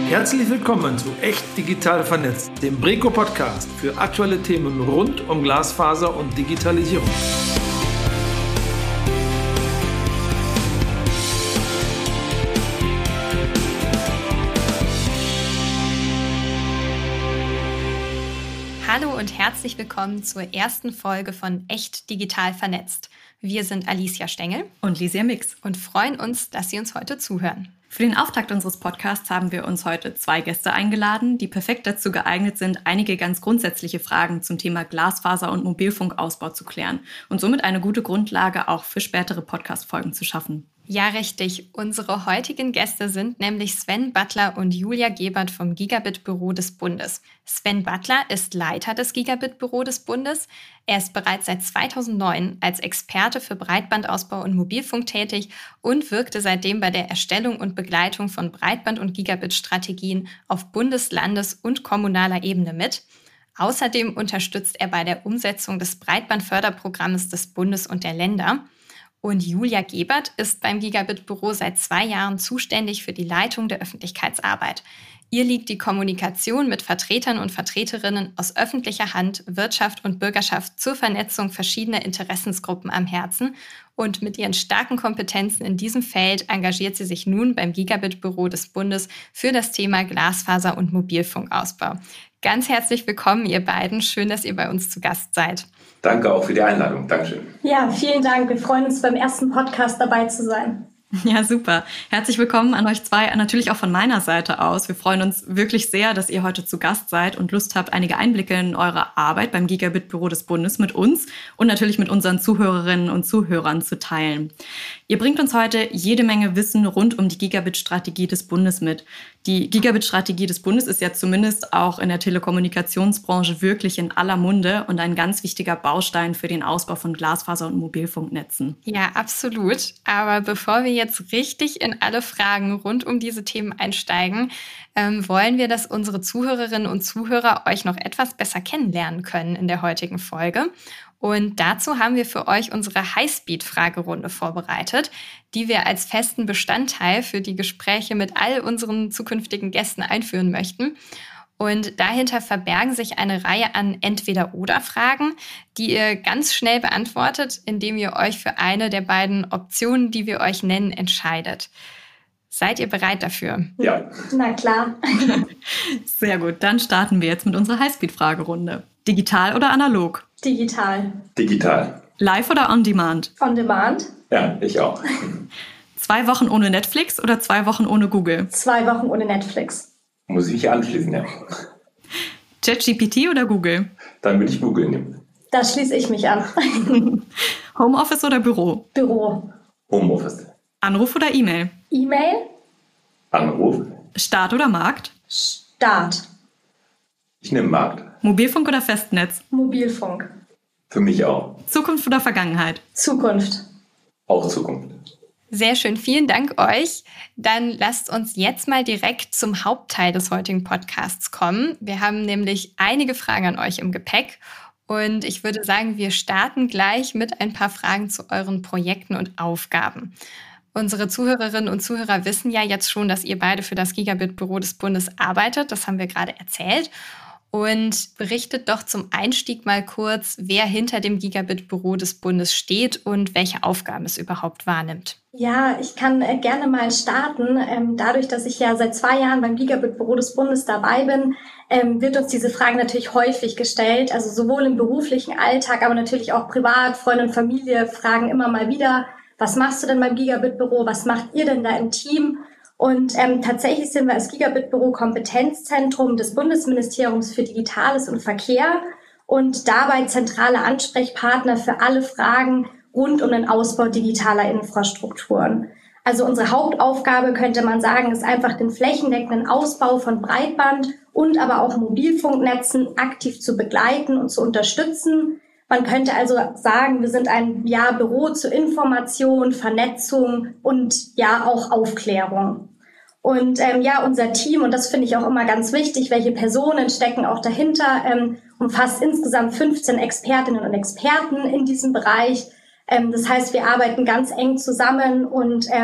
Herzlich willkommen zu Echt Digital Vernetzt, dem Breco-Podcast für aktuelle Themen rund um Glasfaser und Digitalisierung. Hallo und herzlich willkommen zur ersten Folge von Echt Digital Vernetzt. Wir sind Alicia Stengel und Lisia Mix und freuen uns, dass Sie uns heute zuhören. Für den Auftakt unseres Podcasts haben wir uns heute 2 Gäste eingeladen, die perfekt dazu geeignet sind, einige ganz grundsätzliche Fragen zum Thema Glasfaser- und Mobilfunkausbau zu klären und somit eine gute Grundlage auch für spätere Podcast-Folgen zu schaffen. Ja, richtig. Unsere heutigen Gäste sind nämlich Sven Butler und Julia Gebert vom Gigabit-Büro des Bundes. Sven Butler ist Leiter des Gigabit-Büro des Bundes. Er ist bereits seit 2009 als Experte für Breitbandausbau und Mobilfunk tätig und wirkte seitdem bei der Erstellung und Begleitung von Breitband- und Gigabit-Strategien auf Bundes-, Landes- und kommunaler Ebene mit. Außerdem unterstützt er bei der Umsetzung des Breitbandförderprogramms des Bundes und der Länder. Und Julia Gebert ist beim Gigabit-Büro seit 2 Jahren zuständig für die Leitung der Öffentlichkeitsarbeit. Ihr liegt die Kommunikation mit Vertretern und Vertreterinnen aus öffentlicher Hand, Wirtschaft und Bürgerschaft zur Vernetzung verschiedener Interessensgruppen am Herzen. Und mit ihren starken Kompetenzen in diesem Feld engagiert sie sich nun beim Gigabit-Büro des Bundes für das Thema Glasfaser- und Mobilfunkausbau. Ganz herzlich willkommen, ihr beiden. Schön, dass ihr bei uns zu Gast seid. Danke auch für die Einladung. Dankeschön. Ja, vielen Dank. Wir freuen uns, beim ersten Podcast dabei zu sein. Ja, super. Herzlich willkommen an euch 2, natürlich auch von meiner Seite aus. Wir freuen uns wirklich sehr, dass ihr heute zu Gast seid und Lust habt, einige Einblicke in eure Arbeit beim Gigabit-Büro des Bundes mit uns und natürlich mit unseren Zuhörerinnen und Zuhörern zu teilen. Ihr bringt uns heute jede Menge Wissen rund um die Gigabit-Strategie des Bundes mit. Die Gigabit-Strategie des Bundes ist ja zumindest auch in der Telekommunikationsbranche wirklich in aller Munde und ein ganz wichtiger Baustein für den Ausbau von Glasfaser- und Mobilfunknetzen. Ja, absolut. Aber bevor wir jetzt richtig in alle Fragen rund um diese Themen einsteigen, wollen wir, dass unsere Zuhörerinnen und Zuhörer euch noch etwas besser kennenlernen können in der heutigen Folge. Und dazu haben wir für euch unsere Highspeed-Fragerunde vorbereitet, die wir als festen Bestandteil für die Gespräche mit all unseren zukünftigen Gästen einführen möchten. Und dahinter verbergen sich eine Reihe an Entweder-oder-Fragen, die ihr ganz schnell beantwortet, indem ihr euch für eine der beiden Optionen, die wir euch nennen, entscheidet. Seid ihr bereit dafür? Ja. Na klar. Sehr gut, dann starten wir jetzt mit unserer Highspeed-Fragerunde. Digital oder analog? Digital. Digital. Live oder on demand? On demand. Ja, ich auch. 2 Wochen ohne Netflix oder 2 Wochen ohne Google? 2 Wochen ohne Netflix. Muss ich mich anschließen, ja. ChatGPT oder Google? Dann würde ich Google nehmen. Da schließe ich mich an. Homeoffice oder Büro? Büro. Homeoffice. Anruf oder E-Mail? E-Mail. Anruf. Staat oder Markt? Start. Ich nehme Markt. Mobilfunk oder Festnetz? Mobilfunk. Für mich auch. Zukunft oder Vergangenheit? Zukunft. Auch Zukunft. Sehr schön, vielen Dank euch. Dann lasst uns jetzt mal direkt zum Hauptteil des heutigen Podcasts kommen. Wir haben nämlich einige Fragen an euch im Gepäck und ich würde sagen, wir starten gleich mit ein paar Fragen zu euren Projekten und Aufgaben. Unsere Zuhörerinnen und Zuhörer wissen ja jetzt schon, dass ihr beide für das Gigabit-Büro des Bundes arbeitet. Das haben wir gerade erzählt. Und berichtet doch zum Einstieg mal kurz, wer hinter dem Gigabit-Büro des Bundes steht und welche Aufgaben es überhaupt wahrnimmt. Ja, ich kann gerne mal starten. Dadurch, dass ich ja seit 2 Jahren beim Gigabit-Büro des Bundes dabei bin, wird uns diese Frage natürlich häufig gestellt. Also sowohl im beruflichen Alltag, aber natürlich auch privat. Freunde und Familie fragen immer mal wieder, was machst du denn beim Gigabit-Büro? Was macht ihr denn da im Team? Und tatsächlich sind wir als Gigabit-Büro Kompetenzzentrum des Bundesministeriums für Digitales und Verkehr und dabei zentrale Ansprechpartner für alle Fragen rund um den Ausbau digitaler Infrastrukturen. Also unsere Hauptaufgabe, könnte man sagen, ist einfach den flächendeckenden Ausbau von Breitband und aber auch Mobilfunknetzen aktiv zu begleiten und zu unterstützen. Man könnte also sagen, wir sind ein Büro zur Information, Vernetzung und auch Aufklärung. Und unser Team, und das finde ich auch immer ganz wichtig, welche Personen stecken auch dahinter, umfasst insgesamt 15 Expertinnen und Experten in diesem Bereich. Das heißt, wir arbeiten ganz eng zusammen und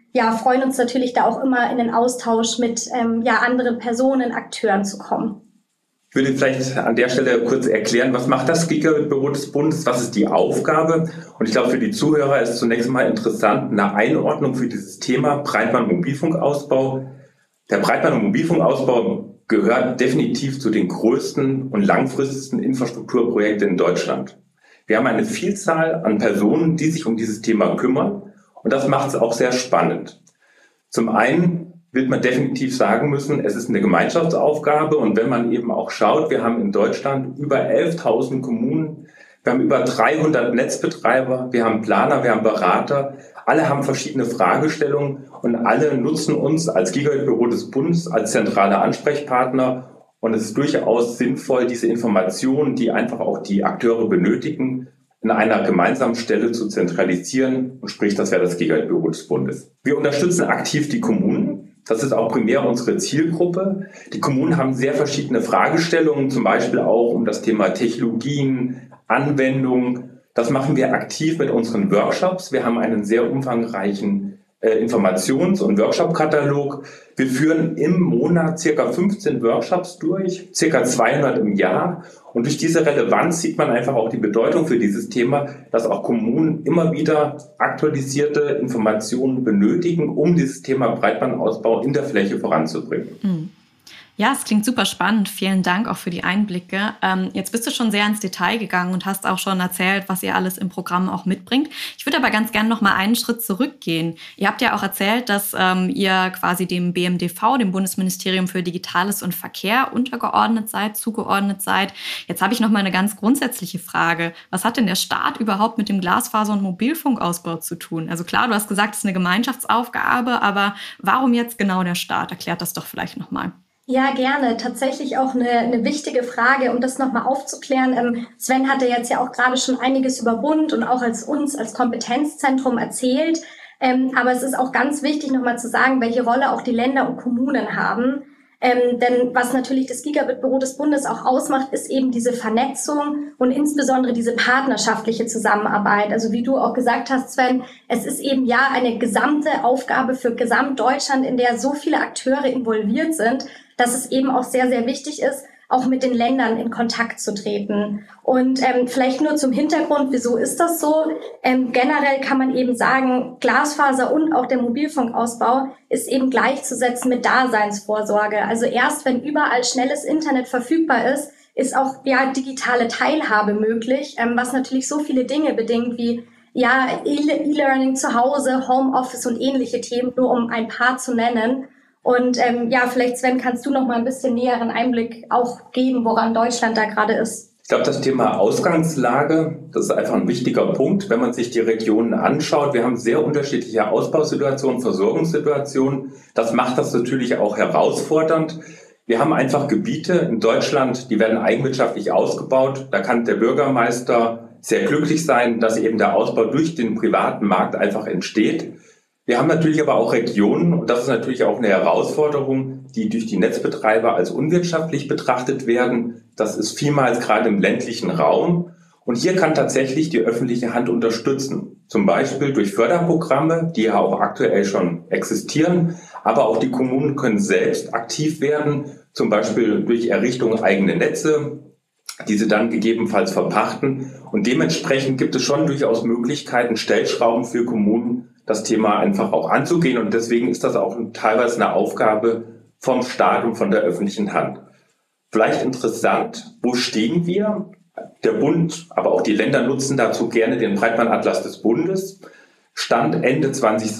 freuen uns natürlich da auch immer in den Austausch mit anderen Personen, Akteuren zu kommen. Ich würde vielleicht an der Stelle kurz erklären, was macht das Gigabit-Büro des Bundes, was ist die Aufgabe? Und ich glaube, für die Zuhörer ist zunächst mal interessant eine Einordnung für dieses Thema Breitband- und Mobilfunkausbau. Der Breitband- und Mobilfunkausbau gehört definitiv zu den größten und langfristigsten Infrastrukturprojekten in Deutschland. Wir haben eine Vielzahl an Personen, die sich um dieses Thema kümmern, und das macht es auch sehr spannend. Zum einen wird man definitiv sagen müssen, es ist eine Gemeinschaftsaufgabe, und wenn man eben auch schaut, wir haben in Deutschland über 11.000 Kommunen, wir haben über 300 Netzbetreiber, wir haben Planer, wir haben Berater, alle haben verschiedene Fragestellungen und alle nutzen uns als Gigabit-Büro des Bundes als zentraler Ansprechpartner, und es ist durchaus sinnvoll, diese Informationen, die einfach auch die Akteure benötigen, in einer gemeinsamen Stelle zu zentralisieren, und sprich, das wäre das Gigabit-Büro des Bundes. Wir unterstützen aktiv die Kommunen. Das ist auch primär unsere Zielgruppe. Die Kommunen haben sehr verschiedene Fragestellungen, zum Beispiel auch um das Thema Technologien, Anwendungen. Das machen wir aktiv mit unseren Workshops. Wir haben einen sehr umfangreichen Informations- und Workshop-Katalog. Wir führen im Monat ca. 15 Workshops durch, ca. 200 im Jahr. Und durch diese Relevanz sieht man einfach auch die Bedeutung für dieses Thema, dass auch Kommunen immer wieder aktualisierte Informationen benötigen, um dieses Thema Breitbandausbau in der Fläche voranzubringen. Mhm. Ja, es klingt super spannend. Vielen Dank auch für die Einblicke. Jetzt bist du schon sehr ins Detail gegangen und hast auch schon erzählt, was ihr alles im Programm auch mitbringt. Ich würde aber ganz gerne noch mal einen Schritt zurückgehen. Ihr habt ja auch erzählt, dass ihr quasi dem BMDV, dem Bundesministerium für Digitales und Verkehr, zugeordnet seid. Jetzt habe ich noch mal eine ganz grundsätzliche Frage. Was hat denn der Staat überhaupt mit dem Glasfaser- und Mobilfunkausbau zu tun? Also klar, du hast gesagt, es ist eine Gemeinschaftsaufgabe, aber warum jetzt genau der Staat? Erklärt das doch vielleicht noch mal. Ja, gerne. Tatsächlich auch eine wichtige Frage, um das nochmal aufzuklären. Sven hatte jetzt ja auch gerade schon einiges über Bund und auch als Kompetenzzentrum erzählt. Aber es ist auch ganz wichtig, nochmal zu sagen, welche Rolle auch die Länder und Kommunen haben. Denn was natürlich das Gigabit-Büro des Bundes auch ausmacht, ist eben diese Vernetzung und insbesondere diese partnerschaftliche Zusammenarbeit. Also wie du auch gesagt hast, Sven, es ist eben ja eine gesamte Aufgabe für Gesamtdeutschland, in der so viele Akteure involviert sind, dass es eben auch sehr, sehr wichtig ist, auch mit den Ländern in Kontakt zu treten. Und vielleicht nur zum Hintergrund, wieso ist das so? Generell kann man eben sagen, Glasfaser und auch der Mobilfunkausbau ist eben gleichzusetzen mit Daseinsvorsorge. Also erst wenn überall schnelles Internet verfügbar ist auch digitale Teilhabe möglich, was natürlich so viele Dinge bedingt wie E-Learning zu Hause, Homeoffice und ähnliche Themen, nur um ein paar zu nennen. Und vielleicht, Sven, kannst du noch mal ein bisschen näheren Einblick auch geben, woran Deutschland da gerade ist? Ich glaube, das Thema Ausgangslage, das ist einfach ein wichtiger Punkt, wenn man sich die Regionen anschaut. Wir haben sehr unterschiedliche Ausbausituationen, Versorgungssituationen. Das macht das natürlich auch herausfordernd. Wir haben einfach Gebiete in Deutschland, die werden eigenwirtschaftlich ausgebaut. Da kann der Bürgermeister sehr glücklich sein, dass eben der Ausbau durch den privaten Markt einfach entsteht. Wir haben natürlich aber auch Regionen, und das ist natürlich auch eine Herausforderung, die durch die Netzbetreiber als unwirtschaftlich betrachtet werden. Das ist vielmals gerade im ländlichen Raum. Und hier kann tatsächlich die öffentliche Hand unterstützen. Zum Beispiel durch Förderprogramme, die ja auch aktuell schon existieren. Aber auch die Kommunen können selbst aktiv werden, zum Beispiel durch Errichtung eigener Netze, die sie dann gegebenenfalls verpachten. Und dementsprechend gibt es schon durchaus Möglichkeiten, Stellschrauben für Kommunen, das Thema einfach auch anzugehen. Und deswegen ist das auch teilweise eine Aufgabe vom Staat und von der öffentlichen Hand. Vielleicht interessant, wo stehen wir? Der Bund, aber auch die Länder nutzen dazu gerne den Breitbandatlas des Bundes. Stand Ende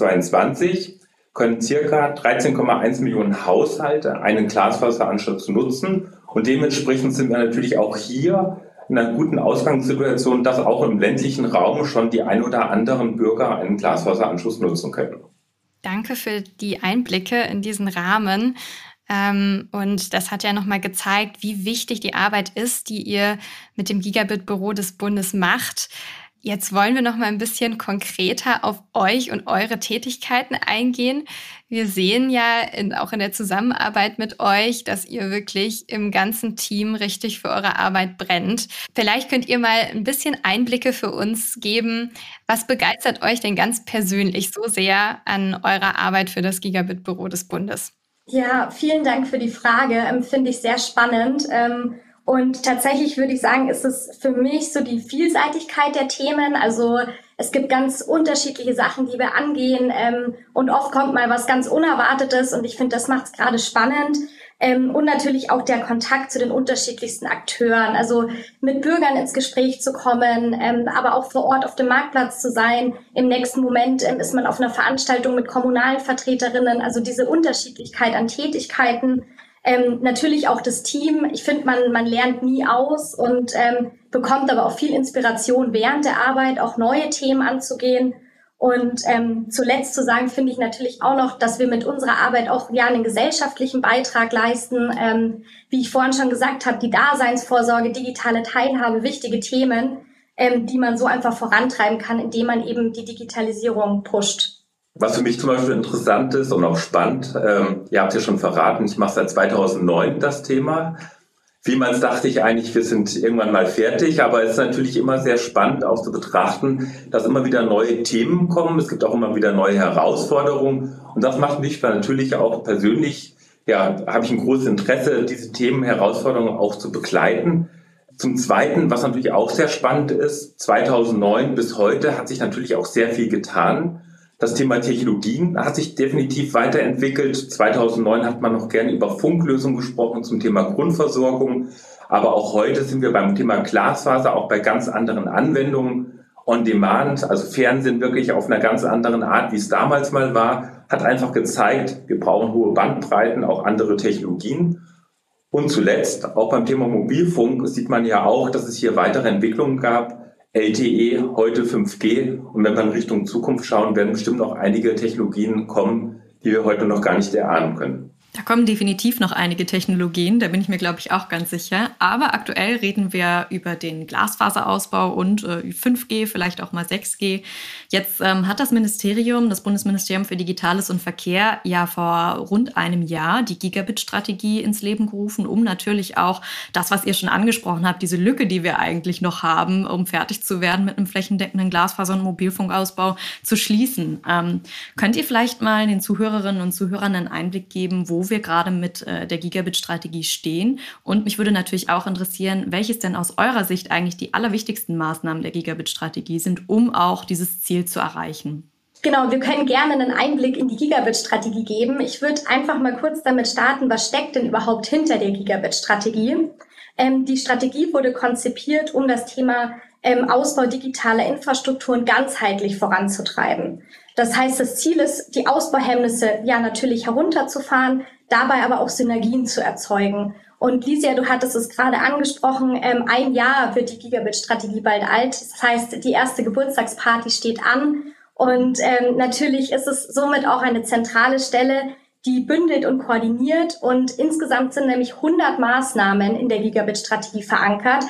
2022 können circa 13,1 Millionen Haushalte einen Glasfaseranschluss nutzen. Und dementsprechend sind wir natürlich auch hier in einer guten Ausgangssituation, dass auch im ländlichen Raum schon die ein oder anderen Bürger einen Glasfaseranschluss nutzen können. Danke für die Einblicke in diesen Rahmen. Und das hat ja nochmal gezeigt, wie wichtig die Arbeit ist, die ihr mit dem Gigabit-Büro des Bundes macht. Jetzt wollen wir noch mal ein bisschen konkreter auf euch und eure Tätigkeiten eingehen. Wir sehen ja auch in der Zusammenarbeit mit euch, dass ihr wirklich im ganzen Team richtig für eure Arbeit brennt. Vielleicht könnt ihr mal ein bisschen Einblicke für uns geben. Was begeistert euch denn ganz persönlich so sehr an eurer Arbeit für das Gigabit-Büro des Bundes? Ja, vielen Dank für die Frage. Finde ich sehr spannend. Und tatsächlich würde ich sagen, ist es für mich so die Vielseitigkeit der Themen. Also es gibt ganz unterschiedliche Sachen, die wir angehen, und oft kommt mal was ganz Unerwartetes und ich finde, das macht es gerade spannend. Und natürlich auch der Kontakt zu den unterschiedlichsten Akteuren, also mit Bürgern ins Gespräch zu kommen, aber auch vor Ort auf dem Marktplatz zu sein. Im nächsten Moment ist man auf einer Veranstaltung mit kommunalen Vertreterinnen, also diese Unterschiedlichkeit an Tätigkeiten. Natürlich auch das Team. Ich finde, man lernt nie aus und bekommt aber auch viel Inspiration während der Arbeit, auch neue Themen anzugehen. Und zuletzt zu sagen, finde ich natürlich auch noch, dass wir mit unserer Arbeit auch einen gesellschaftlichen Beitrag leisten. Wie ich vorhin schon gesagt habe, die Daseinsvorsorge, digitale Teilhabe, wichtige Themen, die man so einfach vorantreiben kann, indem man eben die Digitalisierung pusht. Was für mich zum Beispiel interessant ist und auch spannend, ihr habt ja schon verraten, ich mache seit 2009 das Thema. Vielmals dachte ich eigentlich, wir sind irgendwann mal fertig, aber es ist natürlich immer sehr spannend auch zu betrachten, dass immer wieder neue Themen kommen. Es gibt auch immer wieder neue Herausforderungen und das macht mich natürlich auch persönlich, habe ich ein großes Interesse, diese Themen, Herausforderungen auch zu begleiten. Zum Zweiten, was natürlich auch sehr spannend ist, 2009 bis heute hat sich natürlich auch sehr viel getan. Das Thema Technologien hat sich definitiv weiterentwickelt. 2009 hat man noch gerne über Funklösungen gesprochen zum Thema Grundversorgung. Aber auch heute sind wir beim Thema Glasfaser, auch bei ganz anderen Anwendungen. On Demand, also Fernsehen wirklich auf einer ganz anderen Art, wie es damals mal war, hat einfach gezeigt, wir brauchen hohe Bandbreiten, auch andere Technologien. Und zuletzt, auch beim Thema Mobilfunk, sieht man ja auch, dass es hier weitere Entwicklungen gab. LTE, heute 5G. Und wenn wir in Richtung Zukunft schauen, werden bestimmt auch einige Technologien kommen, die wir heute noch gar nicht erahnen können. Da kommen definitiv noch einige Technologien, da bin ich mir, glaube ich, auch ganz sicher. Aber aktuell reden wir über den Glasfaserausbau und 5G, vielleicht auch mal 6G. Jetzt hat das Bundesministerium für Digitales und Verkehr, ja vor rund einem Jahr die Gigabit-Strategie ins Leben gerufen, um natürlich auch das, was ihr schon angesprochen habt, diese Lücke, die wir eigentlich noch haben, um fertig zu werden mit einem flächendeckenden Glasfaser- und Mobilfunkausbau, zu schließen. Könnt ihr vielleicht mal den Zuhörerinnen und Zuhörern einen Einblick geben, wo wir gerade mit der Gigabit-Strategie stehen? Und mich würde natürlich auch interessieren, welches denn aus eurer Sicht eigentlich die allerwichtigsten Maßnahmen der Gigabit-Strategie sind, um auch dieses Ziel zu erreichen. Genau, wir können gerne einen Einblick in die Gigabit-Strategie geben. Ich würde einfach mal kurz damit starten, was steckt denn überhaupt hinter der Gigabit-Strategie? Die Strategie wurde konzipiert, um das Thema Ausbau digitaler Infrastrukturen ganzheitlich voranzutreiben. Das heißt, das Ziel ist, die Ausbauhemmnisse natürlich herunterzufahren, dabei aber auch Synergien zu erzeugen. Und Licia, du hattest es gerade angesprochen, ein Jahr wird die Gigabit-Strategie bald alt. Das heißt, die erste Geburtstagsparty steht an. Und natürlich ist es somit auch eine zentrale Stelle, die bündelt und koordiniert. Und insgesamt sind nämlich 100 Maßnahmen in der Gigabit-Strategie verankert.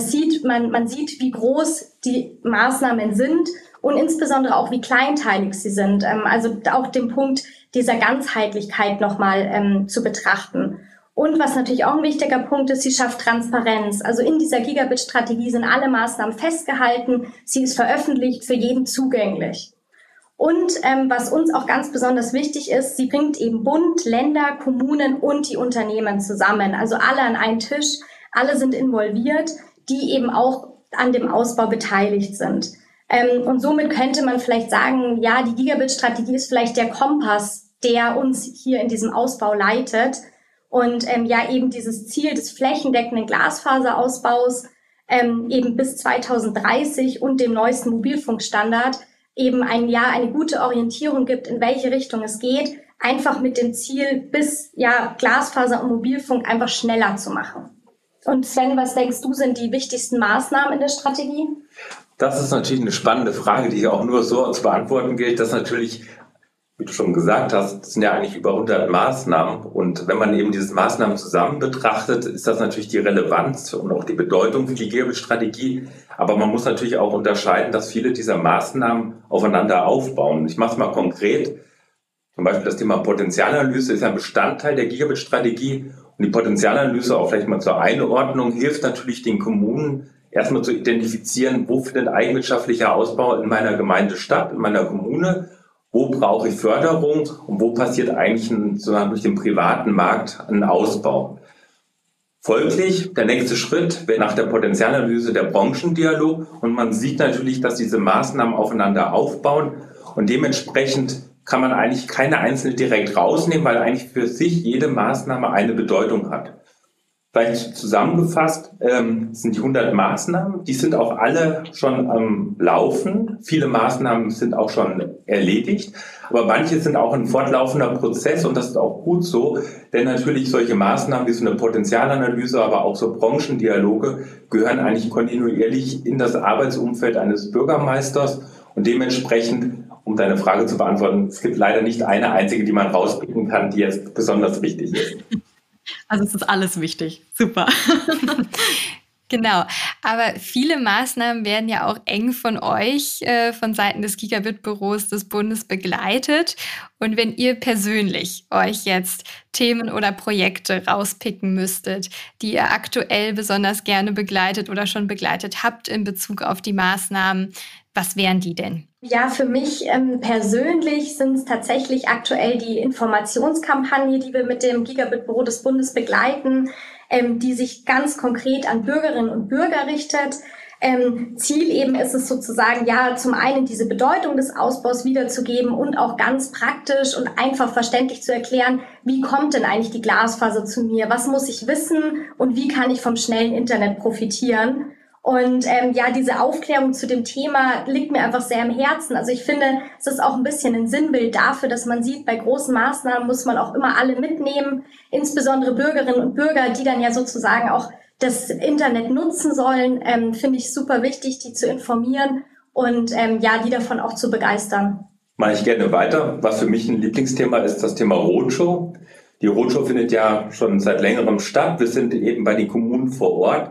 Man sieht, wie groß die Maßnahmen sind und insbesondere auch, wie kleinteilig sie sind. Also auch den Punkt dieser Ganzheitlichkeit nochmal zu betrachten. Und was natürlich auch ein wichtiger Punkt ist, sie schafft Transparenz. Also in dieser Gigabit-Strategie sind alle Maßnahmen festgehalten. Sie ist veröffentlicht, für jeden zugänglich. Und was uns auch ganz besonders wichtig ist, sie bringt eben Bund, Länder, Kommunen und die Unternehmen zusammen. Also alle an einen Tisch, alle sind involviert, die eben auch an dem Ausbau beteiligt sind. Und somit könnte man vielleicht sagen, ja, die Gigabit-Strategie ist vielleicht der Kompass, der uns hier in diesem Ausbau leitet. Und eben dieses Ziel des flächendeckenden Glasfaserausbaus eben bis 2030 und dem neuesten Mobilfunkstandard eben eine gute Orientierung gibt, in welche Richtung es geht, einfach mit dem Ziel, bis Glasfaser und Mobilfunk einfach schneller zu machen. Und Sven, was denkst du, sind die wichtigsten Maßnahmen in der Strategie? Das ist natürlich eine spannende Frage, die auch nur so zu beantworten gilt, dass natürlich Wie du schon gesagt hast, das sind ja eigentlich über 100 Maßnahmen. Und wenn man eben diese Maßnahmen zusammen betrachtet, ist das natürlich die Relevanz und auch die Bedeutung für die Gigabit-Strategie. Aber man muss natürlich auch unterscheiden, dass viele dieser Maßnahmen aufeinander aufbauen. Ich mache es mal konkret. Zum Beispiel das Thema Potenzialanalyse ist ein Bestandteil der Gigabit-Strategie. Und die Potenzialanalyse, auch vielleicht mal zur Einordnung, hilft natürlich den Kommunen, erstmal zu identifizieren, wo findet eigenwirtschaftlicher Ausbau in meiner Gemeinde statt, in meiner Kommune. Wo brauche ich Förderung und wo passiert eigentlich sozusagen durch den privaten Markt ein Ausbau? Folglich, der nächste Schritt wäre nach der Potenzialanalyse der Branchendialog und man sieht natürlich, dass diese Maßnahmen aufeinander aufbauen und dementsprechend kann man eigentlich keine einzelne direkt rausnehmen, weil eigentlich für sich jede Maßnahme eine Bedeutung hat. Vielleicht zusammengefasst sind die 100 Maßnahmen, die sind auch alle schon am Laufen. Viele Maßnahmen sind auch schon erledigt, aber manche sind auch ein fortlaufender Prozess und das ist auch gut so, denn natürlich solche Maßnahmen wie so eine Potenzialanalyse, aber auch so Branchendialoge gehören eigentlich kontinuierlich in das Arbeitsumfeld eines Bürgermeisters und dementsprechend, um deine Frage zu beantworten, es gibt leider nicht eine einzige, die man rauspicken kann, die jetzt besonders wichtig ist. Also es ist alles wichtig. Super. Genau, aber viele Maßnahmen werden ja auch eng von euch, von Seiten des Gigabit-Büros des Bundes begleitet. Und wenn ihr persönlich euch jetzt Themen oder Projekte rauspicken müsstet, die ihr aktuell besonders gerne begleitet oder schon begleitet habt in Bezug auf die Maßnahmen, was wären die denn? Ja, für mich persönlich sind es tatsächlich aktuell die Informationskampagne, die wir mit dem Gigabit-Büro des Bundes begleiten, die sich ganz konkret an Bürgerinnen und Bürger richtet. Ziel eben ist es sozusagen, ja, zum einen diese Bedeutung des Ausbaus wiederzugeben und auch ganz praktisch und einfach verständlich zu erklären, wie kommt denn eigentlich die Glasfaser zu mir? Was muss ich wissen und wie kann ich vom schnellen Internet profitieren? Und ja, diese Aufklärung zu dem Thema liegt mir einfach sehr am Herzen. Also ich finde, es ist auch ein bisschen ein Sinnbild dafür, dass man sieht, bei großen Maßnahmen muss man auch immer alle mitnehmen, insbesondere Bürgerinnen und Bürger, die dann ja sozusagen auch das Internet nutzen sollen. Finde ich super wichtig, die zu informieren und ja, die davon auch zu begeistern. Mache ich gerne weiter. Was für mich ein Lieblingsthema ist, das Thema Roadshow. Die Roadshow findet ja schon seit längerem statt. Wir sind eben bei den Kommunen vor Ort.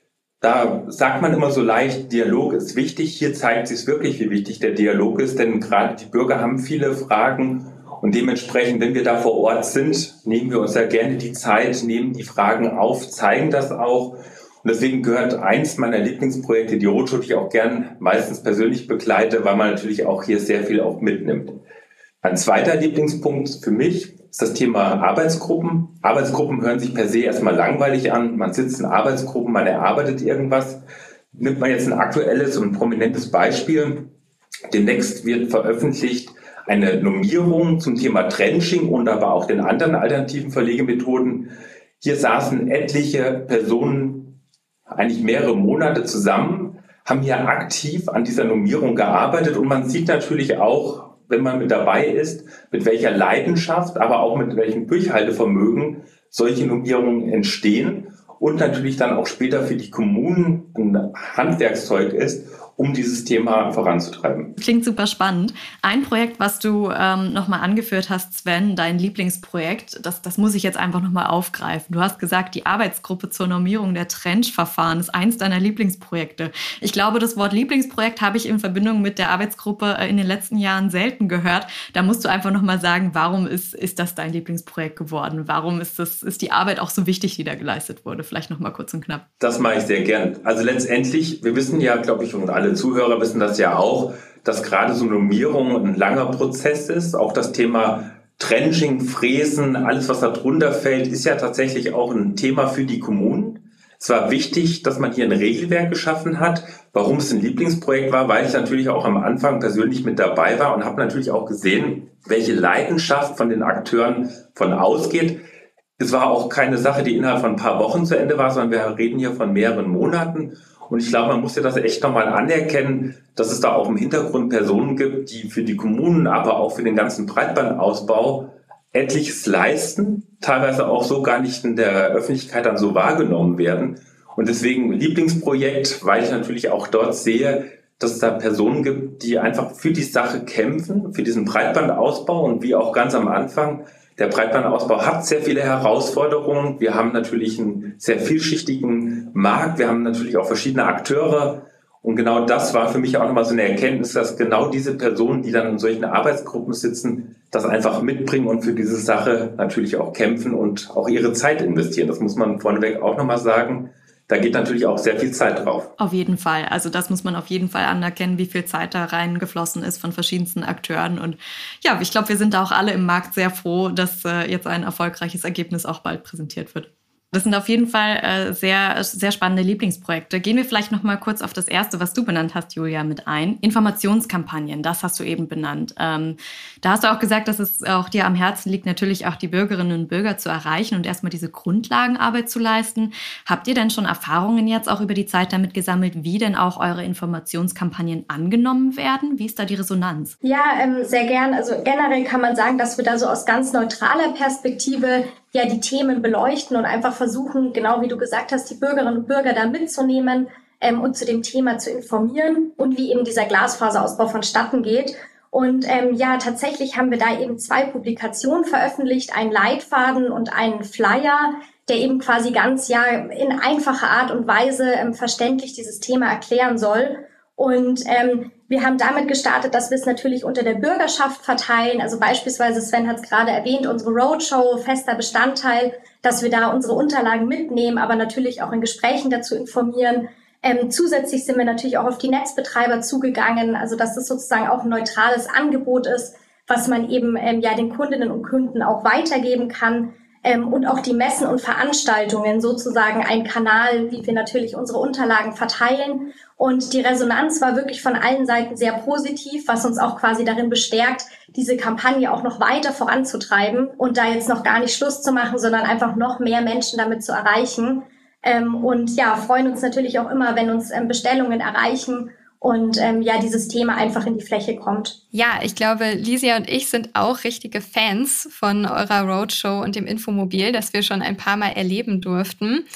Da sagt man immer so leicht, Dialog ist wichtig. Hier zeigt sich wirklich, wie wichtig der Dialog ist, denn gerade die Bürger haben viele Fragen und dementsprechend, wenn wir da vor Ort sind, nehmen wir uns ja gerne die Zeit, nehmen die Fragen auf, zeigen das auch. Und deswegen gehört eins meiner Lieblingsprojekte, die Roadshow, die ich auch gern meistens persönlich begleite, weil man natürlich auch hier sehr viel auch mitnimmt. Ein zweiter Lieblingspunkt für mich ist das Thema Arbeitsgruppen. Arbeitsgruppen hören sich per se erstmal langweilig an. Man sitzt in Arbeitsgruppen, man erarbeitet irgendwas. Nimmt man jetzt ein aktuelles und prominentes Beispiel. Demnächst wird veröffentlicht eine Normierung zum Thema Trenching und aber auch den anderen alternativen Verlegemethoden. Hier saßen etliche Personen eigentlich mehrere Monate zusammen, haben hier aktiv an dieser Normierung gearbeitet und man sieht natürlich auch, wenn man mit dabei ist, mit welcher Leidenschaft, aber auch mit welchem Durchhaltevermögen solche Normierungen entstehen und natürlich dann auch später für die Kommunen ein Handwerkszeug ist, um dieses Thema voranzutreiben. Klingt super spannend. Ein Projekt, was du nochmal angeführt hast, Sven, dein Lieblingsprojekt, das muss ich jetzt einfach nochmal aufgreifen. Du hast gesagt, die Arbeitsgruppe zur Normierung der Trench-Verfahren ist eins deiner Lieblingsprojekte. Ich glaube, das Wort Lieblingsprojekt habe ich in Verbindung mit der Arbeitsgruppe in den letzten Jahren selten gehört. Da musst du einfach nochmal sagen, warum ist das dein Lieblingsprojekt geworden? Warum ist die Arbeit auch so wichtig, die da geleistet wurde? Vielleicht nochmal kurz und knapp. Das mache ich sehr gern. Also letztendlich, wir wissen ja, glaube ich, und alle Zuhörer wissen das ja auch, dass gerade so Normierung ein langer Prozess ist. Auch das Thema Trenching, Fräsen, alles, was da drunter fällt, ist ja tatsächlich auch ein Thema für die Kommunen. Es war wichtig, dass man hier ein Regelwerk geschaffen hat. Warum es ein Lieblingsprojekt war, weil ich natürlich auch am Anfang persönlich mit dabei war und habe natürlich auch gesehen, welche Leidenschaft von den Akteuren von ausgeht. Es war auch keine Sache, die innerhalb von ein paar Wochen zu Ende war, sondern wir reden hier von mehreren Monaten. Und ich glaube, man muss ja das echt nochmal anerkennen, dass es da auch im Hintergrund Personen gibt, die für die Kommunen, aber auch für den ganzen Breitbandausbau etliches leisten, teilweise auch so gar nicht in der Öffentlichkeit dann so wahrgenommen werden. Und deswegen Lieblingsprojekt, weil ich natürlich auch dort sehe, dass es da Personen gibt, die einfach für die Sache kämpfen, für diesen Breitbandausbau. Und wie auch ganz am Anfang, der Breitbandausbau hat sehr viele Herausforderungen. Wir haben natürlich einen sehr vielschichtigen Markt. Wir haben natürlich auch verschiedene Akteure. Und genau das war für mich auch nochmal so eine Erkenntnis, dass genau diese Personen, die dann in solchen Arbeitsgruppen sitzen, das einfach mitbringen und für diese Sache natürlich auch kämpfen und auch ihre Zeit investieren. Das muss man vorneweg auch nochmal sagen. Da geht natürlich auch sehr viel Zeit drauf. Auf jeden Fall. Also das muss man auf jeden Fall anerkennen, wie viel Zeit da reingeflossen ist von verschiedensten Akteuren. Und ja, ich glaube, wir sind da auch alle im Markt sehr froh, dass jetzt ein erfolgreiches Ergebnis auch bald präsentiert wird. Das sind auf jeden Fall sehr, sehr spannende Lieblingsprojekte. Gehen wir vielleicht noch mal kurz auf das erste, was du benannt hast, Julia, mit ein. Informationskampagnen, das hast du eben benannt. Da hast du auch gesagt, dass es auch dir am Herzen liegt, natürlich auch die Bürgerinnen und Bürger zu erreichen und erstmal diese Grundlagenarbeit zu leisten. Habt ihr denn schon Erfahrungen jetzt auch über die Zeit damit gesammelt, wie denn auch eure Informationskampagnen angenommen werden? Wie ist da die Resonanz? Ja, sehr gern. Also generell kann man sagen, dass wir da so aus ganz neutraler Perspektive ja die Themen beleuchten und einfach versuchen, genau wie du gesagt hast, die Bürgerinnen und Bürger da mitzunehmen und zu dem Thema zu informieren und wie eben dieser Glasfaserausbau vonstatten geht. Und ja, tatsächlich haben wir da eben 2 Publikationen veröffentlicht, einen Leitfaden und einen Flyer, der eben quasi ganz in einfacher Art und Weise verständlich dieses Thema erklären soll. Und wir haben damit gestartet, dass wir es natürlich unter der Bürgerschaft verteilen. Also beispielsweise, Sven hat es gerade erwähnt, unsere Roadshow, fester Bestandteil, dass wir da unsere Unterlagen mitnehmen, aber natürlich auch in Gesprächen dazu informieren. Zusätzlich sind wir natürlich auch auf die Netzbetreiber zugegangen, also dass es sozusagen auch ein neutrales Angebot ist, was man eben den Kundinnen und Kunden auch weitergeben kann. Und auch die Messen und Veranstaltungen sozusagen ein Kanal, wie wir natürlich unsere Unterlagen verteilen. Und die Resonanz war wirklich von allen Seiten sehr positiv, was uns auch quasi darin bestärkt, diese Kampagne auch noch weiter voranzutreiben und da jetzt noch gar nicht Schluss zu machen, sondern einfach noch mehr Menschen damit zu erreichen. Und ja, freuen uns natürlich auch immer, wenn uns Bestellungen erreichen und dieses Thema einfach in die Fläche kommt. Ja, ich glaube, Lisia und ich sind auch richtige Fans von eurer Roadshow und dem Infomobil, das wir schon ein paar Mal erleben durften.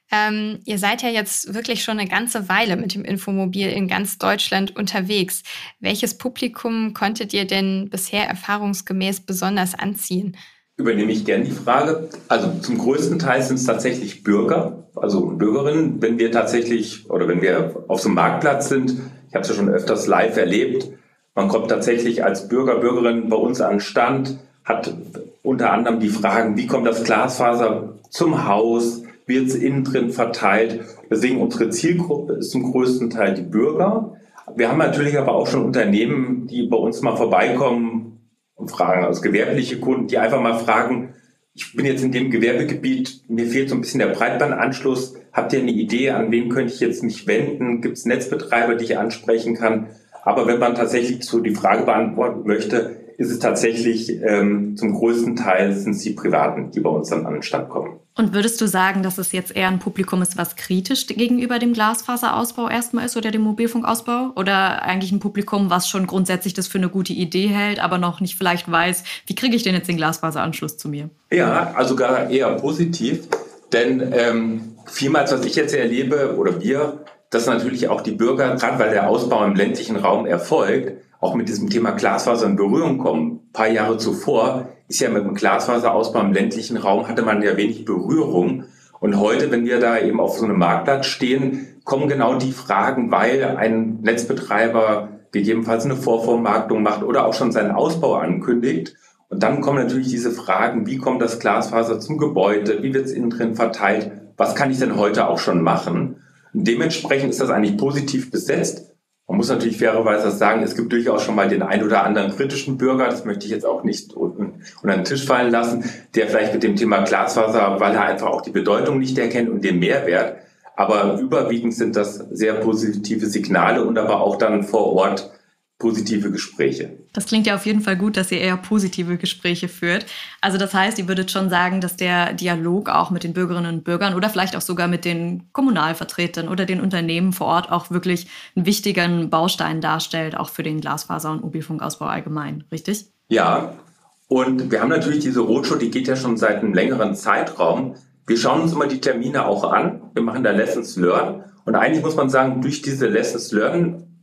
Ihr seid ja jetzt wirklich schon eine ganze Weile mit dem Infomobil in ganz Deutschland unterwegs. Welches Publikum konntet ihr denn bisher erfahrungsgemäß besonders anziehen? Übernehme ich gerne die Frage. Also zum größten Teil sind es tatsächlich Bürger, also Bürgerinnen. Wenn wir tatsächlich oder wenn wir auf so einem Marktplatz sind, ich habe es ja schon öfters live erlebt, man kommt tatsächlich als Bürger, Bürgerin bei uns an den Stand, hat unter anderem die Fragen, wie kommt das Glasfaser zum Haus, wird es innen drin verteilt. Deswegen unsere Zielgruppe ist zum größten Teil die Bürger. Wir haben natürlich aber auch schon Unternehmen, die bei uns mal vorbeikommen und fragen, also gewerbliche Kunden, die einfach mal fragen, ich bin jetzt in dem Gewerbegebiet, mir fehlt so ein bisschen der Breitbandanschluss. Habt ihr eine Idee, an wen könnte ich jetzt mich wenden? Gibt es Netzbetreiber, die ich ansprechen kann? Aber wenn man tatsächlich so die Frage beantworten möchte, ist es tatsächlich zum größten Teil sind es die Privaten, die bei uns dann an den Stand kommen. Und würdest du sagen, dass es jetzt eher ein Publikum ist, was kritisch gegenüber dem Glasfaserausbau erstmal ist oder dem Mobilfunkausbau? Oder eigentlich ein Publikum, was schon grundsätzlich das für eine gute Idee hält, aber noch nicht vielleicht weiß, wie kriege ich denn jetzt den Glasfaseranschluss zu mir? Ja, also gar eher positiv. Denn vielmals, was ich jetzt erlebe oder wir, dass natürlich auch die Bürger, gerade weil der Ausbau im ländlichen Raum erfolgt, auch mit diesem Thema Glasfaser in Berührung kommen. Ein paar Jahre zuvor ist ja mit dem Glasfaserausbau im ländlichen Raum, hatte man ja wenig Berührung. Und heute, wenn wir da eben auf so einem Marktplatz stehen, kommen genau die Fragen, weil ein Netzbetreiber gegebenenfalls eine Vorvermarktung macht oder auch schon seinen Ausbau ankündigt. Und dann kommen natürlich diese Fragen, wie kommt das Glasfaser zum Gebäude, wie wird es innen drin verteilt, was kann ich denn heute auch schon machen? Und dementsprechend ist das eigentlich positiv besetzt. Man muss natürlich fairerweise sagen, es gibt durchaus schon mal den ein oder anderen kritischen Bürger, das möchte ich jetzt auch nicht unter den Tisch fallen lassen, der vielleicht mit dem Thema Glasfaser, weil er einfach auch die Bedeutung nicht erkennt und den Mehrwert. Aber überwiegend sind das sehr positive Signale und aber auch dann vor Ort positive Gespräche. Das klingt ja auf jeden Fall gut, dass ihr eher positive Gespräche führt. Also das heißt, ihr würdet schon sagen, dass der Dialog auch mit den Bürgerinnen und Bürgern oder vielleicht auch sogar mit den Kommunalvertretern oder den Unternehmen vor Ort auch wirklich einen wichtigen Baustein darstellt, auch für den Glasfaser- und Mobilfunkausbau allgemein, richtig? Ja, und wir haben natürlich diese Roadshow, die geht ja schon seit einem längeren Zeitraum. Wir schauen uns immer die Termine auch an. Wir machen da Lessons Learned. Und eigentlich muss man sagen, durch diese Lessons Learned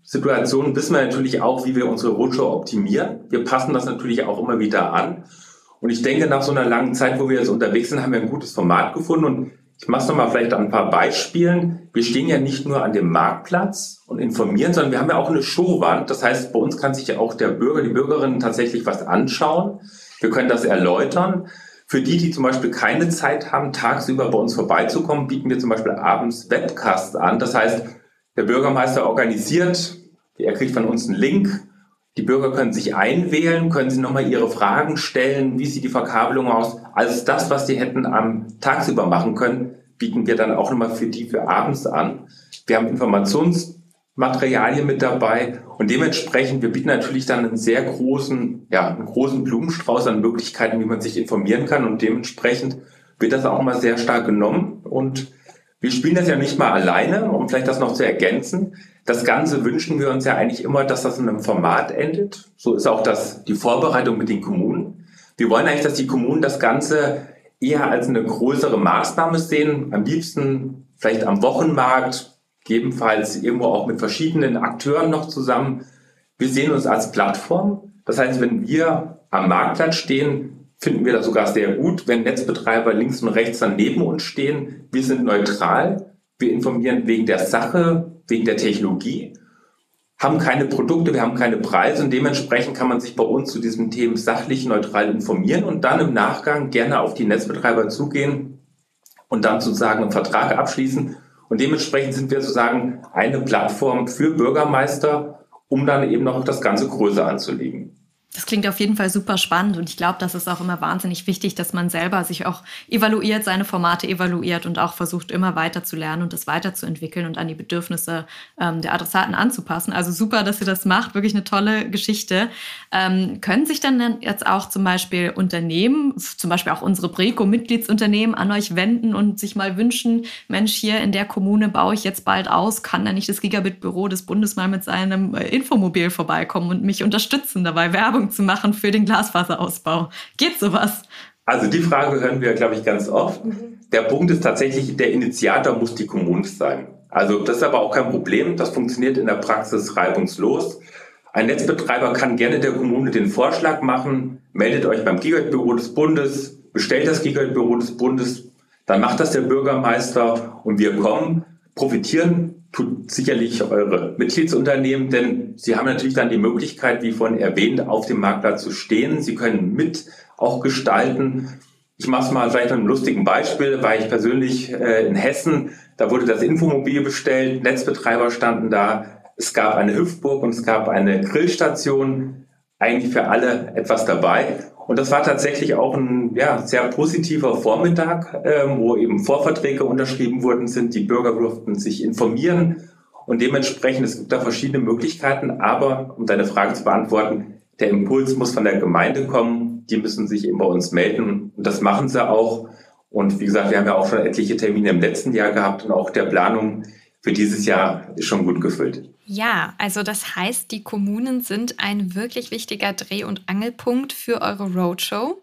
Situationen wissen wir natürlich auch, wie wir unsere Roadshow optimieren. Wir passen das natürlich auch immer wieder an. Und ich denke, nach so einer langen Zeit, wo wir jetzt unterwegs sind, haben wir ein gutes Format gefunden. Und ich mache es nochmal vielleicht an ein paar Beispielen. Wir stehen ja nicht nur an dem Marktplatz und informieren, sondern wir haben ja auch eine Showwand. Das heißt, bei uns kann sich ja auch der Bürger, die Bürgerin tatsächlich was anschauen. Wir können das erläutern. Für die zum Beispiel keine Zeit haben, tagsüber bei uns vorbeizukommen, bieten wir zum Beispiel abends Webcasts an. Das heißt, der Bürgermeister organisiert, er kriegt von uns einen Link. Die Bürger können sich einwählen, können sie nochmal ihre Fragen stellen, wie sieht die Verkabelung aus. Also das, was die hätten am tagsüber machen können, bieten wir dann auch nochmal für abends an. Wir haben Informationsmaterialien mit dabei und dementsprechend, wir bieten natürlich dann einen sehr großen Blumenstrauß an Möglichkeiten, wie man sich informieren kann und dementsprechend wird das auch mal sehr stark genommen und wir spielen das ja nicht mal alleine, um vielleicht das noch zu ergänzen. Das Ganze wünschen wir uns ja eigentlich immer, dass das in einem Format endet. So ist auch die Vorbereitung mit den Kommunen. Wir wollen eigentlich, dass die Kommunen das Ganze eher als eine größere Maßnahme sehen. Am liebsten vielleicht am Wochenmarkt, gegebenenfalls irgendwo auch mit verschiedenen Akteuren noch zusammen. Wir sehen uns als Plattform. Das heißt, wenn wir am Marktplatz stehen, finden wir das sogar sehr gut, wenn Netzbetreiber links und rechts dann neben uns stehen. Wir sind neutral, wir informieren wegen der Sache, wegen der Technologie, haben keine Produkte, wir haben keine Preise und dementsprechend kann man sich bei uns zu diesen Themen sachlich, neutral informieren und dann im Nachgang gerne auf die Netzbetreiber zugehen und dann sozusagen einen Vertrag abschließen. Und dementsprechend sind wir sozusagen eine Plattform für Bürgermeister, um dann eben noch das Ganze größer anzulegen. Das klingt auf jeden Fall super spannend und ich glaube, das ist auch immer wahnsinnig wichtig, dass man selber sich auch evaluiert, seine Formate evaluiert und auch versucht, immer weiter zu lernen und das weiterzuentwickeln und an die Bedürfnisse der Adressaten anzupassen. Also super, dass ihr das macht, wirklich eine tolle Geschichte. Können sich dann jetzt auch zum Beispiel Unternehmen, zum Beispiel auch unsere Breco-Mitgliedsunternehmen an euch wenden und sich mal wünschen, Mensch, hier in der Kommune baue ich jetzt bald aus, kann da nicht das Gigabit-Büro des Bundes mal mit seinem Infomobil vorbeikommen und mich unterstützen dabei, Werbung zu machen für den Glasfaserausbau. Geht sowas? Also die Frage hören wir, glaube ich, ganz oft. Der Punkt ist tatsächlich, der Initiator muss die Kommune sein. Also das ist aber auch kein Problem. Das funktioniert in der Praxis reibungslos. Ein Netzbetreiber kann gerne der Kommune den Vorschlag machen, meldet euch beim Gigabit-Büro des Bundes, bestellt das Gigabit-Büro des Bundes, dann macht das der Bürgermeister und wir kommen, profitieren, tut sicherlich eure Mitgliedsunternehmen, denn sie haben natürlich dann die Möglichkeit, wie vorhin erwähnt, auf dem Marktplatz zu stehen. Sie können mit auch gestalten. Ich mache es mal vielleicht an einem lustigen Beispiel, weil ich persönlich in Hessen, da wurde das Infomobil bestellt, Netzbetreiber standen da, es gab eine Hüpfburg und es gab eine Grillstation, eigentlich für alle etwas dabei. Und das war tatsächlich auch ein sehr positiver Vormittag, wo eben Vorverträge unterschrieben worden sind. Die Bürger durften sich informieren und dementsprechend, es gibt da verschiedene Möglichkeiten. Aber um deine Frage zu beantworten, der Impuls muss von der Gemeinde kommen. Die müssen sich eben bei uns melden und das machen sie auch. Und wie gesagt, wir haben ja auch schon etliche Termine im letzten Jahr gehabt und auch der Planung für dieses Jahr ist schon gut gefüllt. Ja, also das heißt, die Kommunen sind ein wirklich wichtiger Dreh- und Angelpunkt für eure Roadshow.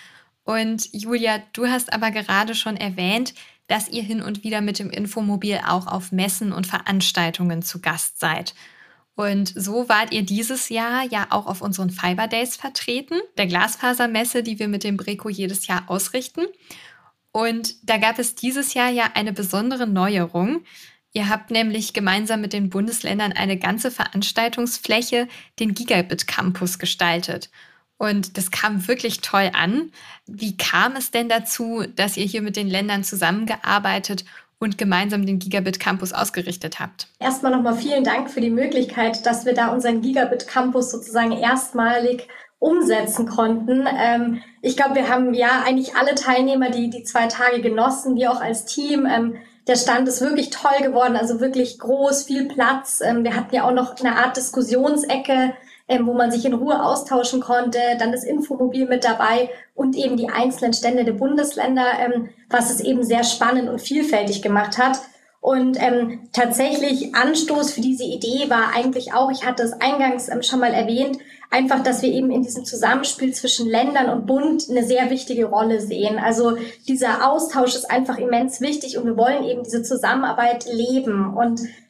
Und Julia, du hast aber gerade schon erwähnt, dass ihr hin und wieder mit dem Infomobil auch auf Messen und Veranstaltungen zu Gast seid. Und so wart ihr dieses Jahr ja auch auf unseren Fiber Days vertreten, der Glasfasermesse, die wir mit dem Breco jedes Jahr ausrichten. Und da gab es dieses Jahr ja eine besondere Neuerung. Ihr habt nämlich gemeinsam mit den Bundesländern eine ganze Veranstaltungsfläche, den Gigabit Campus, gestaltet. Und das kam wirklich toll an. Wie kam es denn dazu, dass ihr hier mit den Ländern zusammengearbeitet und gemeinsam den Gigabit Campus ausgerichtet habt? Erstmal nochmal vielen Dank für die Möglichkeit, dass wir da unseren Gigabit Campus sozusagen erstmalig umsetzen konnten. Ich glaube, wir haben ja eigentlich alle Teilnehmer die 2 Tage genossen, wir auch als Team. Der Stand ist wirklich toll geworden, also wirklich groß, viel Platz. Wir hatten ja auch noch eine Art Diskussionsecke, wo man sich in Ruhe austauschen konnte. Dann das Infomobil mit dabei und eben die einzelnen Stände der Bundesländer, was es eben sehr spannend und vielfältig gemacht hat. Und tatsächlich Anstoß für diese Idee war eigentlich auch, ich hatte es eingangs schon mal erwähnt, einfach, dass wir eben in diesem Zusammenspiel zwischen Ländern und Bund eine sehr wichtige Rolle sehen. Also dieser Austausch ist einfach immens wichtig und wir wollen eben diese Zusammenarbeit leben. Und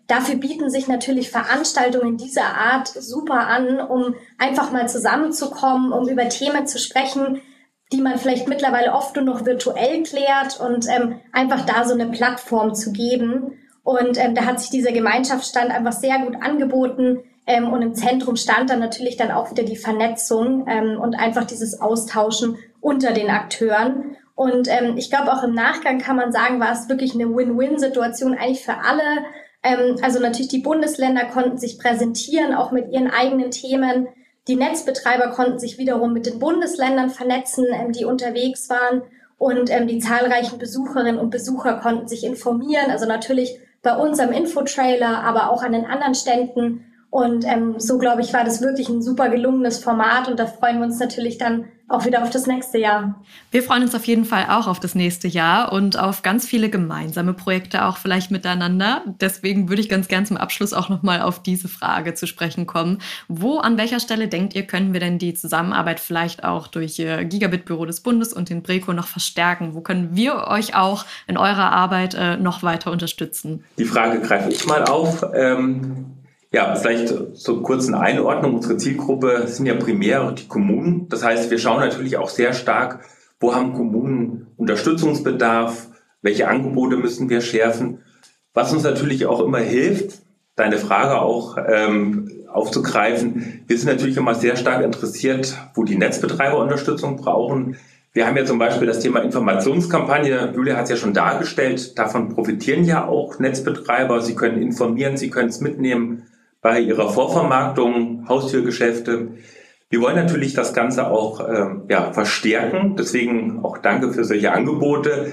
dafür bieten sich natürlich Veranstaltungen dieser Art super an, um einfach mal zusammenzukommen, um über Themen zu sprechen, die man vielleicht mittlerweile oft nur noch virtuell klärt und einfach da so eine Plattform zu geben. Und da hat sich dieser Gemeinschaftsstand einfach sehr gut angeboten. Und im Zentrum stand dann natürlich dann auch wieder die Vernetzung und einfach dieses Austauschen unter den Akteuren. Und ich glaube, auch im Nachgang kann man sagen, war es wirklich eine Win-Win-Situation eigentlich für alle. Also natürlich die Bundesländer konnten sich präsentieren, auch mit ihren eigenen Themen. Die Netzbetreiber konnten sich wiederum mit den Bundesländern vernetzen, die unterwegs waren. Und die zahlreichen Besucherinnen und Besucher konnten sich informieren. Also natürlich bei uns am Infotrailer, aber auch an den anderen Ständen. Und so, glaube ich, war das wirklich ein super gelungenes Format und da freuen wir uns natürlich dann auch wieder auf das nächste Jahr. Wir freuen uns auf jeden Fall auch auf das nächste Jahr und auf ganz viele gemeinsame Projekte auch vielleicht miteinander. Deswegen würde ich ganz gern zum Abschluss auch nochmal auf diese Frage zu sprechen kommen. An welcher Stelle denkt ihr, können wir denn die Zusammenarbeit vielleicht auch durch Gigabit-Büro des Bundes und den BREKO noch verstärken? Wo können wir euch auch in eurer Arbeit noch weiter unterstützen? Die Frage greife ich mal auf. Ja, vielleicht zur kurzen Einordnung. Unsere Zielgruppe sind ja primär die Kommunen. Das heißt, wir schauen natürlich auch sehr stark, wo haben Kommunen Unterstützungsbedarf, welche Angebote müssen wir schärfen. Was uns natürlich auch immer hilft, deine Frage auch aufzugreifen. Wir sind natürlich immer sehr stark interessiert, wo die Netzbetreiber Unterstützung brauchen. Wir haben ja zum Beispiel das Thema Informationskampagne. Julia hat es ja schon dargestellt. Davon profitieren ja auch Netzbetreiber. Sie können informieren, sie können es mitnehmen bei ihrer Vorvermarktung, Haustürgeschäfte. Wir wollen natürlich das Ganze auch verstärken. Deswegen auch danke für solche Angebote.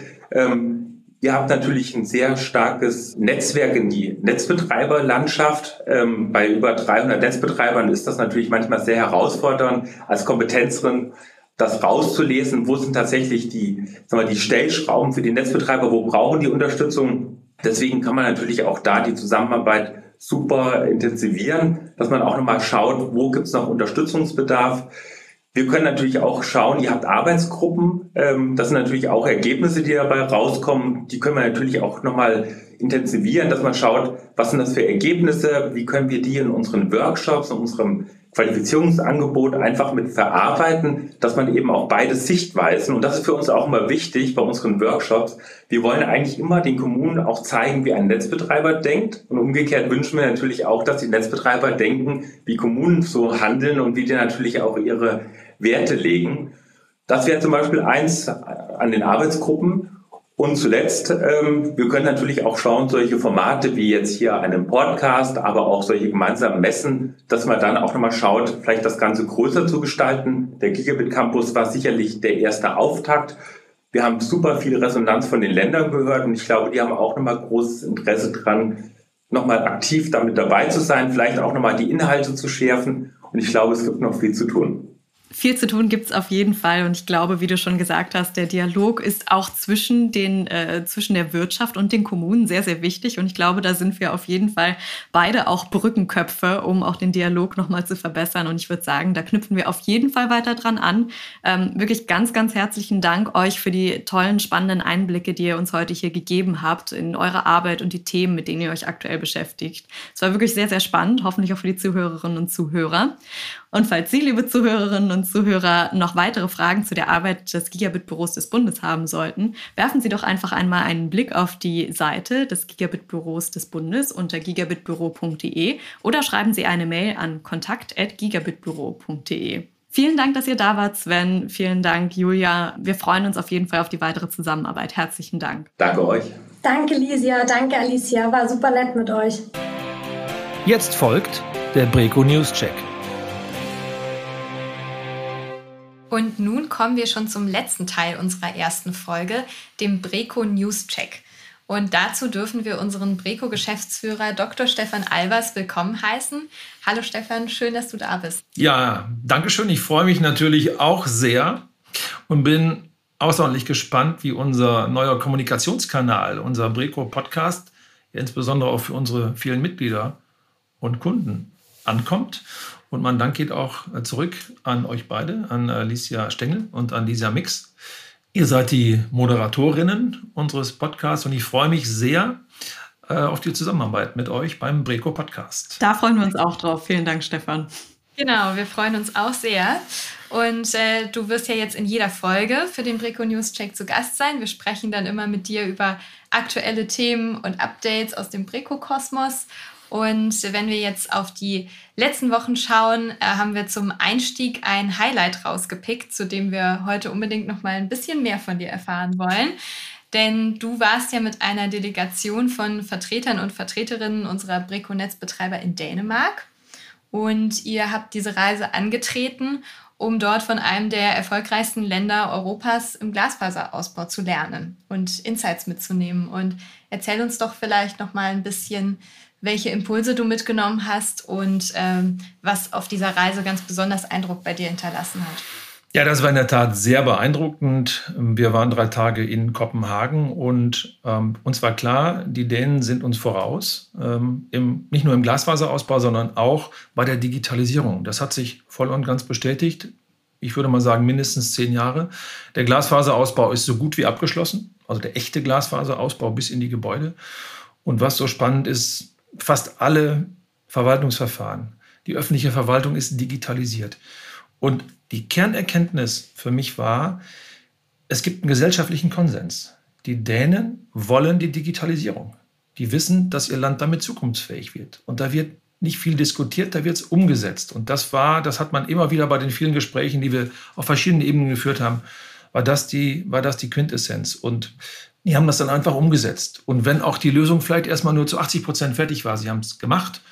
Ihr habt natürlich ein sehr starkes Netzwerk in die Netzbetreiberlandschaft. Bei über 300 Netzbetreibern ist das natürlich manchmal sehr herausfordernd, als Kompetenzlerin das rauszulesen. Wo sind tatsächlich die Stellschrauben für die Netzbetreiber? Wo brauchen die Unterstützung? Deswegen kann man natürlich auch da die Zusammenarbeit super intensivieren, dass man auch nochmal schaut, wo gibt es noch Unterstützungsbedarf. Wir können natürlich auch schauen, ihr habt Arbeitsgruppen, das sind natürlich auch Ergebnisse, die dabei rauskommen, die können wir natürlich auch nochmal intensivieren, dass man schaut, was sind das für Ergebnisse, wie können wir die in unseren Workshops, in unserem Qualifizierungsangebot einfach mit verarbeiten, dass man eben auch beide Sichtweisen, und das ist für uns auch immer wichtig bei unseren Workshops, wir wollen eigentlich immer den Kommunen auch zeigen, wie ein Netzbetreiber denkt, und umgekehrt wünschen wir natürlich auch, dass die Netzbetreiber denken, wie Kommunen so handeln und wie die natürlich auch ihre Werte legen. Das wäre zum Beispiel eins an den Arbeitsgruppen. Und zuletzt, wir können natürlich auch schauen, solche Formate wie jetzt hier einen Podcast, aber auch solche gemeinsamen Messen, dass man dann auch nochmal schaut, vielleicht das Ganze größer zu gestalten. Der Gigabit Campus war sicherlich der erste Auftakt. Wir haben super viel Resonanz von den Ländern gehört und ich glaube, die haben auch nochmal großes Interesse dran, nochmal aktiv damit dabei zu sein, vielleicht auch nochmal die Inhalte zu schärfen. Und ich glaube, es gibt noch viel zu tun. Viel zu tun gibt's auf jeden Fall und ich glaube, wie du schon gesagt hast, der Dialog ist auch zwischen der Wirtschaft und den Kommunen sehr, sehr wichtig und ich glaube, da sind wir auf jeden Fall beide auch Brückenköpfe, um auch den Dialog nochmal zu verbessern und ich würde sagen, da knüpfen wir auf jeden Fall weiter dran an. Wirklich ganz, ganz herzlichen Dank euch für die tollen, spannenden Einblicke, die ihr uns heute hier gegeben habt in eure Arbeit und die Themen, mit denen ihr euch aktuell beschäftigt. Es war wirklich sehr, sehr spannend, hoffentlich auch für die Zuhörerinnen und Zuhörer. Und falls Sie, liebe Zuhörerinnen und Zuhörer, noch weitere Fragen zu der Arbeit des Gigabit-Büros des Bundes haben sollten, werfen Sie doch einfach einmal einen Blick auf die Seite des Gigabit-Büros des Bundes unter gigabitbüro.de oder schreiben Sie eine Mail an kontakt@gigabitbüro.de. Vielen Dank, dass ihr da wart, Sven. Vielen Dank, Julia. Wir freuen uns auf jeden Fall auf die weitere Zusammenarbeit. Herzlichen Dank. Danke euch. Danke, Lisia. Danke, Alicia. War super nett mit euch. Jetzt folgt der BREKO News Check. Und nun kommen wir schon zum letzten Teil unserer ersten Folge, dem BREKO News Check. Und dazu dürfen wir unseren BREKO-Geschäftsführer Dr. Stefan Albers willkommen heißen. Hallo Stefan, schön, dass du da bist. Ja, danke schön. Ich freue mich natürlich auch sehr und bin außerordentlich gespannt, wie unser neuer Kommunikationskanal, unser BREKO-Podcast, insbesondere auch für unsere vielen Mitglieder und Kunden ankommt. Und mein Dank geht auch zurück an euch beide, an Alicia Stengel und an Lisa Mix. Ihr seid die Moderatorinnen unseres Podcasts und ich freue mich sehr, auf die Zusammenarbeit mit euch beim Breco Podcast. Da freuen wir uns auch drauf. Vielen Dank, Stefan. Genau, wir freuen uns auch sehr. Und du wirst ja jetzt in jeder Folge für den Breco News Check zu Gast sein. Wir sprechen dann immer mit dir über aktuelle Themen und Updates aus dem Breco-Kosmos. Und wenn wir jetzt auf die letzten Wochen schauen, haben wir zum Einstieg ein Highlight rausgepickt, zu dem wir heute unbedingt noch mal ein bisschen mehr von dir erfahren wollen. Denn du warst ja mit einer Delegation von Vertretern und Vertreterinnen unserer Breco-Netzbetreiber in Dänemark. Und ihr habt diese Reise angetreten, um dort von einem der erfolgreichsten Länder Europas im Glasfaserausbau zu lernen und Insights mitzunehmen. Und erzähl uns doch vielleicht noch mal ein bisschen, welche Impulse du mitgenommen hast und was auf dieser Reise ganz besonders Eindruck bei dir hinterlassen hat. Ja, das war in der Tat sehr beeindruckend. Wir waren 3 Tage in Kopenhagen und uns war klar, die Dänen sind uns voraus. Nicht nur im Glasfaserausbau, sondern auch bei der Digitalisierung. Das hat sich voll und ganz bestätigt. Ich würde mal sagen, mindestens 10 Jahre. Der Glasfaserausbau ist so gut wie abgeschlossen. Also der echte Glasfaserausbau bis in die Gebäude. Und was so spannend ist, fast alle Verwaltungsverfahren, die öffentliche Verwaltung ist digitalisiert. Und die Kernerkenntnis für mich war, es gibt einen gesellschaftlichen Konsens. Die Dänen wollen die Digitalisierung. Die wissen, dass ihr Land damit zukunftsfähig wird. Und da wird nicht viel diskutiert, da wird es umgesetzt. Und das hat man immer wieder bei den vielen Gesprächen, die wir auf verschiedenen Ebenen geführt haben, war das die Quintessenz. Und die haben das dann einfach umgesetzt. Und wenn auch die Lösung vielleicht erstmal nur zu 80% fertig war, sie haben es gemacht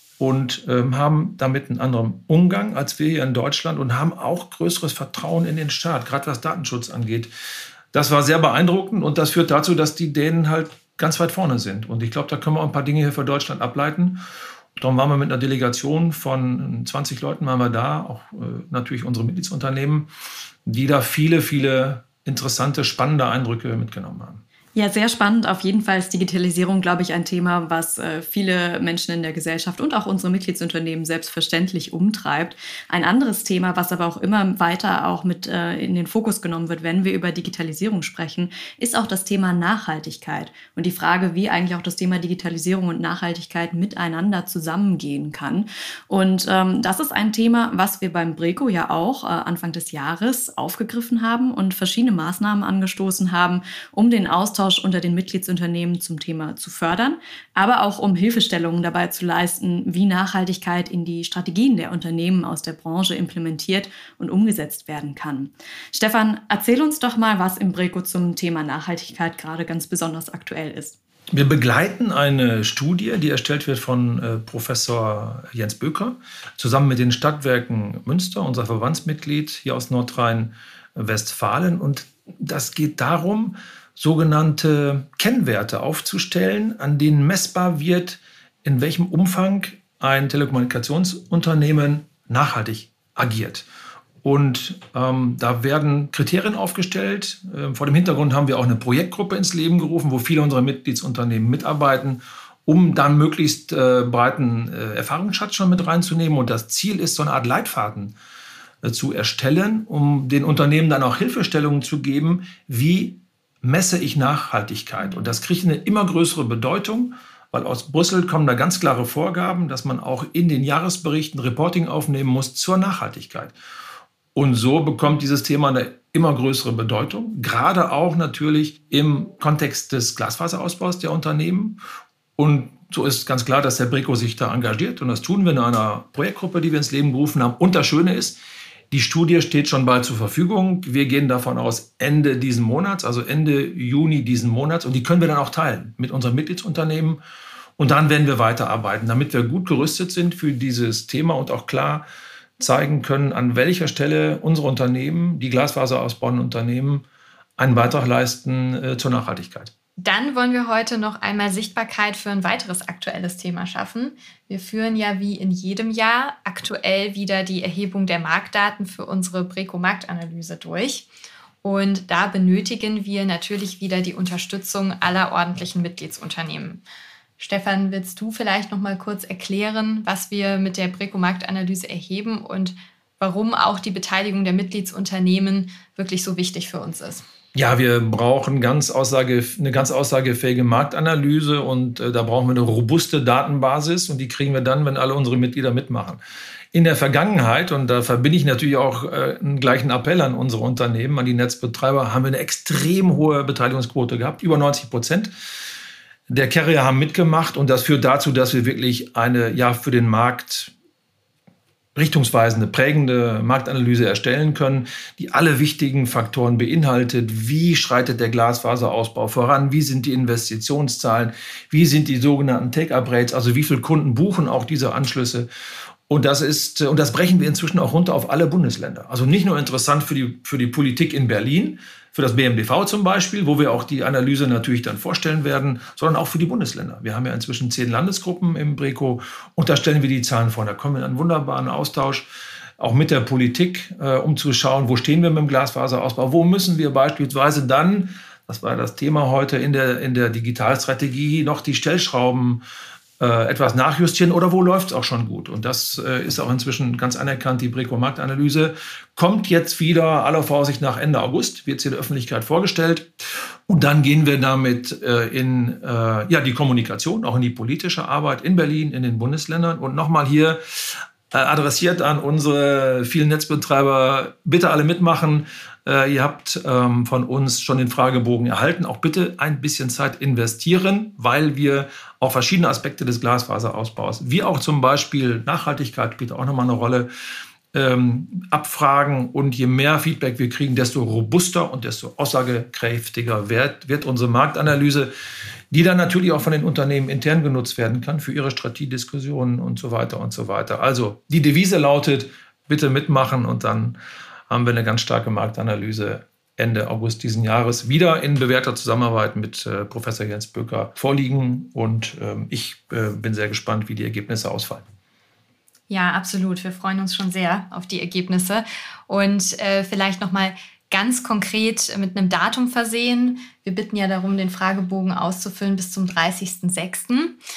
und haben damit einen anderen Umgang als wir hier in Deutschland und haben auch größeres Vertrauen in den Staat, gerade was Datenschutz angeht. Das war sehr beeindruckend und das führt dazu, dass die Dänen halt ganz weit vorne sind. Und ich glaube, da können wir auch ein paar Dinge hier für Deutschland ableiten. Darum waren wir mit einer Delegation von 20 Leuten waren wir da, auch natürlich unsere Mitgliedsunternehmen, die da viele, viele interessante, spannende Eindrücke mitgenommen haben. Ja, sehr spannend. Auf jeden Fall ist Digitalisierung, glaube ich, ein Thema, was viele Menschen in der Gesellschaft und auch unsere Mitgliedsunternehmen selbstverständlich umtreibt. Ein anderes Thema, was aber auch immer weiter auch mit in den Fokus genommen wird, wenn wir über Digitalisierung sprechen, ist auch das Thema Nachhaltigkeit und die Frage, wie eigentlich auch das Thema Digitalisierung und Nachhaltigkeit miteinander zusammengehen kann. Und das ist ein Thema, was wir beim Breco ja auch Anfang des Jahres aufgegriffen haben und verschiedene Maßnahmen angestoßen haben, um den Austausch unter den Mitgliedsunternehmen zum Thema zu fördern, aber auch um Hilfestellungen dabei zu leisten, wie Nachhaltigkeit in die Strategien der Unternehmen aus der Branche implementiert und umgesetzt werden kann. Stefan, erzähl uns doch mal, was im Breco zum Thema Nachhaltigkeit gerade ganz besonders aktuell ist. Wir begleiten eine Studie, die erstellt wird von Professor Jens Böker, zusammen mit den Stadtwerken Münster, unser Verbandsmitglied hier aus Nordrhein-Westfalen. Und das geht darum, sogenannte Kennwerte aufzustellen, an denen messbar wird, in welchem Umfang ein Telekommunikationsunternehmen nachhaltig agiert. Und da werden Kriterien aufgestellt. Vor dem Hintergrund haben wir auch eine Projektgruppe ins Leben gerufen, wo viele unserer Mitgliedsunternehmen mitarbeiten, um dann möglichst breiten Erfahrungsschatz schon mit reinzunehmen. Und das Ziel ist, so eine Art Leitfaden zu erstellen, um den Unternehmen dann auch Hilfestellungen zu geben, wie messe ich Nachhaltigkeit. Und das kriegt eine immer größere Bedeutung, weil aus Brüssel kommen da ganz klare Vorgaben, dass man auch in den Jahresberichten Reporting aufnehmen muss zur Nachhaltigkeit. Und so bekommt dieses Thema eine immer größere Bedeutung, gerade auch natürlich im Kontext des Glasfaserausbaus der Unternehmen. Und so ist ganz klar, dass der Breco sich da engagiert. Und das tun wir in einer Projektgruppe, die wir ins Leben gerufen haben. Und das Schöne ist, die Studie steht schon bald zur Verfügung. Wir gehen davon aus Ende diesen Monats, also Ende Juni diesen Monats. Und die können wir dann auch teilen mit unseren Mitgliedsunternehmen. Und dann werden wir weiterarbeiten, damit wir gut gerüstet sind für dieses Thema und auch klar zeigen können, an welcher Stelle unsere Unternehmen, die Glasfaser ausbauenden Unternehmen, einen Beitrag leisten zur Nachhaltigkeit. Dann wollen wir heute noch einmal Sichtbarkeit für ein weiteres aktuelles Thema schaffen. Wir führen ja wie in jedem Jahr aktuell wieder die Erhebung der Marktdaten für unsere Breco-Marktanalyse durch. Und da benötigen wir natürlich wieder die Unterstützung aller ordentlichen Mitgliedsunternehmen. Stefan, willst du vielleicht noch mal kurz erklären, was wir mit der Breco-Marktanalyse erheben und warum auch die Beteiligung der Mitgliedsunternehmen wirklich so wichtig für uns ist? Ja, wir brauchen eine ganz aussagefähige Marktanalyse und da brauchen wir eine robuste Datenbasis und die kriegen wir dann, wenn alle unsere Mitglieder mitmachen. In der Vergangenheit, und da verbinde ich natürlich auch einen gleichen Appell an unsere Unternehmen, an die Netzbetreiber, haben wir eine extrem hohe Beteiligungsquote gehabt, über 90%. Der Carrier haben mitgemacht und das führt dazu, dass wir wirklich eine für den Markt richtungsweisende, prägende Marktanalyse erstellen können, die alle wichtigen Faktoren beinhaltet. Wie schreitet der Glasfaserausbau voran? Wie sind die Investitionszahlen? Wie sind die sogenannten Take-up-Rates? Also wie viele Kunden buchen auch diese Anschlüsse? Und das brechen wir inzwischen auch runter auf alle Bundesländer. Also nicht nur interessant für die Politik in Berlin, für das BMDV zum Beispiel, wo wir auch die Analyse natürlich dann vorstellen werden, sondern auch für die Bundesländer. Wir haben ja inzwischen 10 Landesgruppen im BREKO und da stellen wir die Zahlen vor. Da kommen wir in einen wunderbaren Austausch, auch mit der Politik, um zu schauen, wo stehen wir mit dem Glasfaserausbau, wo müssen wir beispielsweise dann, das war das Thema heute in der Digitalstrategie, noch die Stellschrauben etwas nachjustieren oder wo läuft es auch schon gut. Und das ist auch inzwischen ganz anerkannt. Die BREKO-Marktanalyse kommt jetzt wieder, aller Voraussicht nach Ende August, wird sie der Öffentlichkeit vorgestellt. Und dann gehen wir damit in die Kommunikation, auch in die politische Arbeit in Berlin, in den Bundesländern. Und nochmal hier adressiert an unsere vielen Netzbetreiber, bitte alle mitmachen. Ihr habt von uns schon den Fragebogen erhalten. Auch bitte ein bisschen Zeit investieren, weil wir auch verschiedene Aspekte des Glasfaserausbaus, wie auch zum Beispiel Nachhaltigkeit spielt auch nochmal eine Rolle, abfragen. Und je mehr Feedback wir kriegen, desto robuster und desto aussagekräftiger wird unsere Marktanalyse, die dann natürlich auch von den Unternehmen intern genutzt werden kann für ihre Strategiediskussionen und so weiter und so weiter. Also die Devise lautet, bitte mitmachen und dann haben wir eine ganz starke Marktanalyse Ende August diesen Jahres wieder in bewährter Zusammenarbeit mit Professor Jens Böker vorliegen. Und ich bin sehr gespannt, wie die Ergebnisse ausfallen. Ja, absolut. Wir freuen uns schon sehr auf die Ergebnisse. Und vielleicht nochmal ganz konkret mit einem Datum versehen. Wir bitten ja darum, den Fragebogen auszufüllen bis zum 30.06.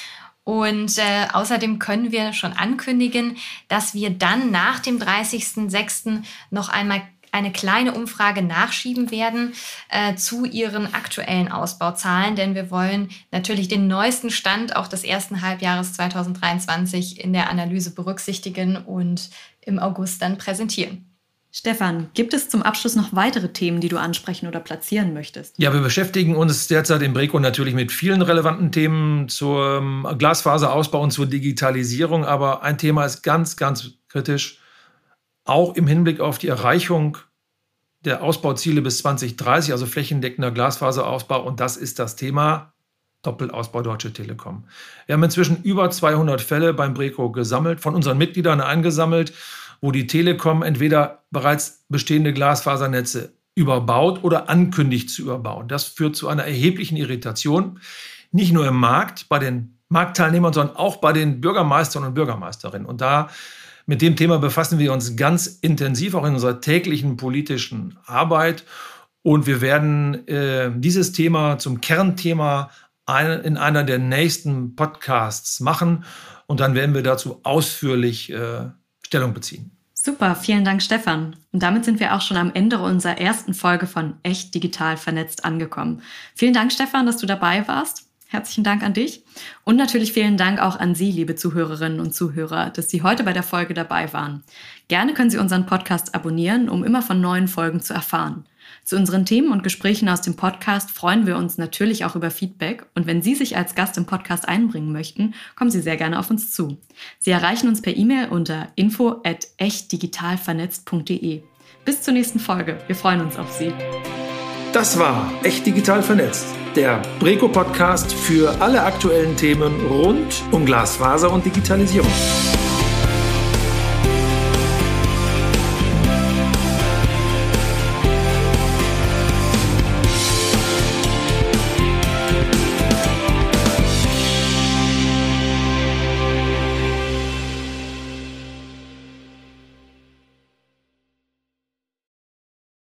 Und außerdem können wir schon ankündigen, dass wir dann nach dem 30.06. noch einmal eine kleine Umfrage nachschieben werden zu Ihren aktuellen Ausbauzahlen, denn wir wollen natürlich den neuesten Stand auch des ersten Halbjahres 2023 in der Analyse berücksichtigen und im August dann präsentieren. Stefan, gibt es zum Abschluss noch weitere Themen, die du ansprechen oder platzieren möchtest? Ja, wir beschäftigen uns derzeit im BREKO natürlich mit vielen relevanten Themen zum Glasfaserausbau und zur Digitalisierung. Aber ein Thema ist ganz, ganz kritisch, auch im Hinblick auf die Erreichung der Ausbauziele bis 2030, also flächendeckender Glasfaserausbau. Und das ist das Thema Doppelausbau Deutsche Telekom. Wir haben inzwischen über 200 Fälle beim BREKO gesammelt, von unseren Mitgliedern eingesammelt, wo die Telekom entweder bereits bestehende Glasfasernetze überbaut oder ankündigt zu überbauen. Das führt zu einer erheblichen Irritation, nicht nur im Markt, bei den Marktteilnehmern, sondern auch bei den Bürgermeistern und Bürgermeisterinnen. Und mit dem Thema befassen wir uns ganz intensiv, auch in unserer täglichen politischen Arbeit. Und wir werden dieses Thema zum Kernthema in einer der nächsten Podcasts machen. Und dann werden wir dazu ausführlich Stellung beziehen. Super, vielen Dank, Stefan. Und damit sind wir auch schon am Ende unserer ersten Folge von Echt Digital Vernetzt angekommen. Vielen Dank, Stefan, dass du dabei warst. Herzlichen Dank an dich. Und natürlich vielen Dank auch an Sie, liebe Zuhörerinnen und Zuhörer, dass Sie heute bei der Folge dabei waren. Gerne können Sie unseren Podcast abonnieren, um immer von neuen Folgen zu erfahren. Zu unseren Themen und Gesprächen aus dem Podcast freuen wir uns natürlich auch über Feedback. Und wenn Sie sich als Gast im Podcast einbringen möchten, kommen Sie sehr gerne auf uns zu. Sie erreichen uns per E-Mail unter info@echtdigitalvernetzt.de. Bis zur nächsten Folge. Wir freuen uns auf Sie. Das war Echt Digital Vernetzt, der BREKO-Podcast für alle aktuellen Themen rund um Glasfaser und Digitalisierung.